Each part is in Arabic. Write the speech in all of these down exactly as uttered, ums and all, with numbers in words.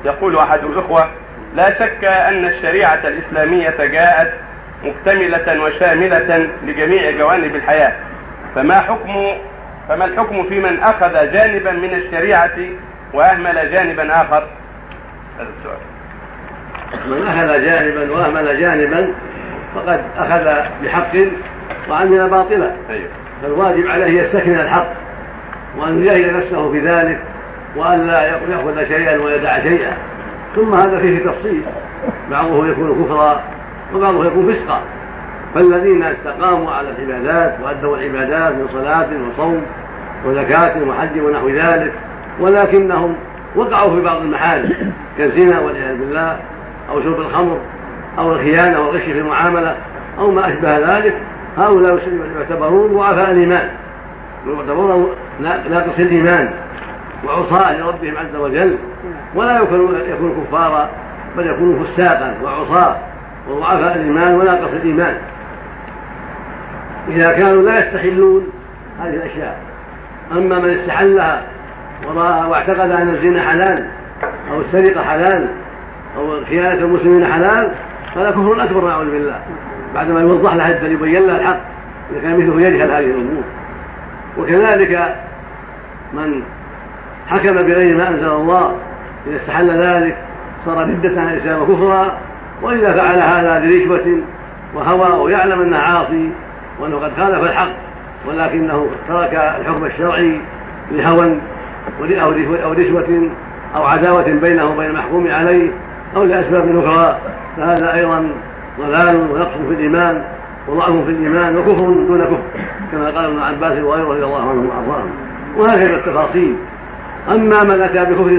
يقول أحد الأخوة: لا شك أن الشريعة الإسلامية جاءت مكتملة وشاملة لجميع جوانب الحياة، فما حكم فما الحكم في من أخذ جانبا من الشريعة وأهمل جانبا آخر؟ هذا السؤال. من أخذ جانبا وأهمل جانبا فقد أخذ بحق وعمل باطلا. فالواجب عليه يستكمل الحق وأن يجاهد نفسه في ذلك وأن لا يأخذ شيئا ويدع شيئا. ثم هذا فيه تفصيل، بعضه يكون كفرا وبعضه يكون فسقا. فالذين استقاموا على العبادات وأدوا العبادات من صلاة وصوم وزكاة وحج ونحو ذلك، ولكنهم وقعوا في بعض المحارم كالزنا والعياذ بالله، أو شرب الخمر، أو الخيانة والغش في المعاملة، أو ما أشبه ذلك، هؤلاء يعتبرون ضعفاء الإيمان، يعتبرون ناقص الإيمان وعصاة لربهم عز وجل، ولا يكون كفارا بل يكون فساقا وعصاة وضعفاء الإيمان وناقص الإيمان إذا كانوا لا يستحلون هذه الأشياء. أما من استحلها واعتقد أن الزنا حلال أو السرقة حلال أو خيانة المسلمين حلال فلا كفر أكبر نعوذ بالله، بعدما يوضح لها الدليل يبين لها الحق إذا كان مثله يجهل هذه الأمور. وكذلك من حكم بغير ما أنزل الله إذا استحل ذلك صار ردة عن الإسلام وكفرا، وإذا فعل هذا برشوة وهوى ويعلم أنه عاصي وأنه قد خالف الحق ولكنه ترك الحكم الشرعي لهوى أو رشوة أو عداوة بينه وبين المحكوم عليه أو لأسباب أخرى، فهذا أيضا ضلال ونقص في الإيمان وضعف في الإيمان وكفر دون كفر، كما قال ابن عباس وغيره رضي الله عنهم وأرضاهم. وهكذا التفاصيل. أما من أتى بكفر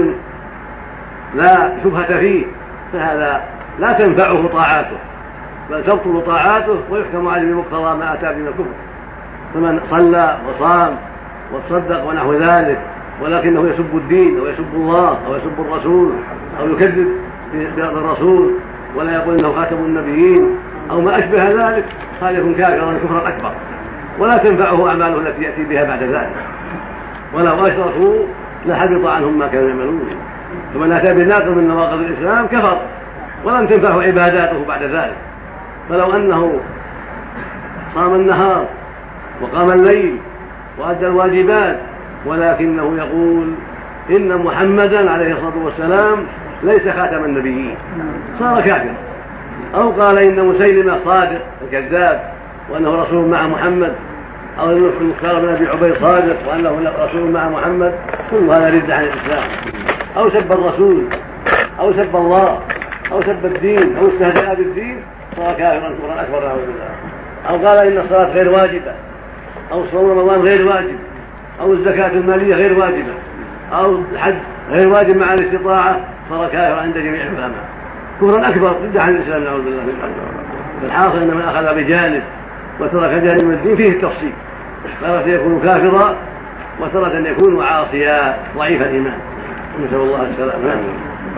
لا شبهة فيه فهذا لا تنفعه طاعاته بل تبطل طاعاته ويحكم عليه بمقتضى ما أتى به من الكفر. فمن صلى وصام وتصدق ونحو ذلك ولكنه يسب الدين أو يسب الله أو يسب الرسول أو يكذب بالرسول ولا يقول إنه خاتم النبيين أو ما أشبه ذلك، هذا يكون كافرا كفرا أكبر ولا تنفعه أعماله التي يأتي بها بعد ذلك، ولو أشركوا لحبط عنهم ما كانوا يعملون. فمن أتى بناقض من نواقض الإسلام كفر ولم تنفعه عباداته بعد ذلك. فلو أنه صام النهار وقام الليل وأدى الواجبات ولكنه يقول إن محمدا عليه الصلاة والسلام ليس خاتم النبيين صار كافرا، أو قال إن مسيلمة صادق الكذاب وأنه رسول مع محمد، أو أن المختار بن أبي عبيد صادق وأنه رسول مع محمد، كل هذا رد عن الإسلام، أو سب الرسول أو سب الله أو سب الدين أو استهزأ بالدين صار كافرا كفرا أكبر نعوذ بالله، أو قال إن الصلاة غير واجبة أو صوم رمضان غير واجب أو الزكاة المالية غير واجبة أو الحج غير واجب مع الاستطاعة صار كافرا عند جميع العلماء كفرا أكبر رد عن الإسلام نعوذ بالله من ذلك. فالحاصل أن من أخذ بجانب وترك جانب من الدين فيه التفصيل، تارة يكون كافرا وتارة يكون عاصيا ضعيف الإيمان، نسأل الله السلامة.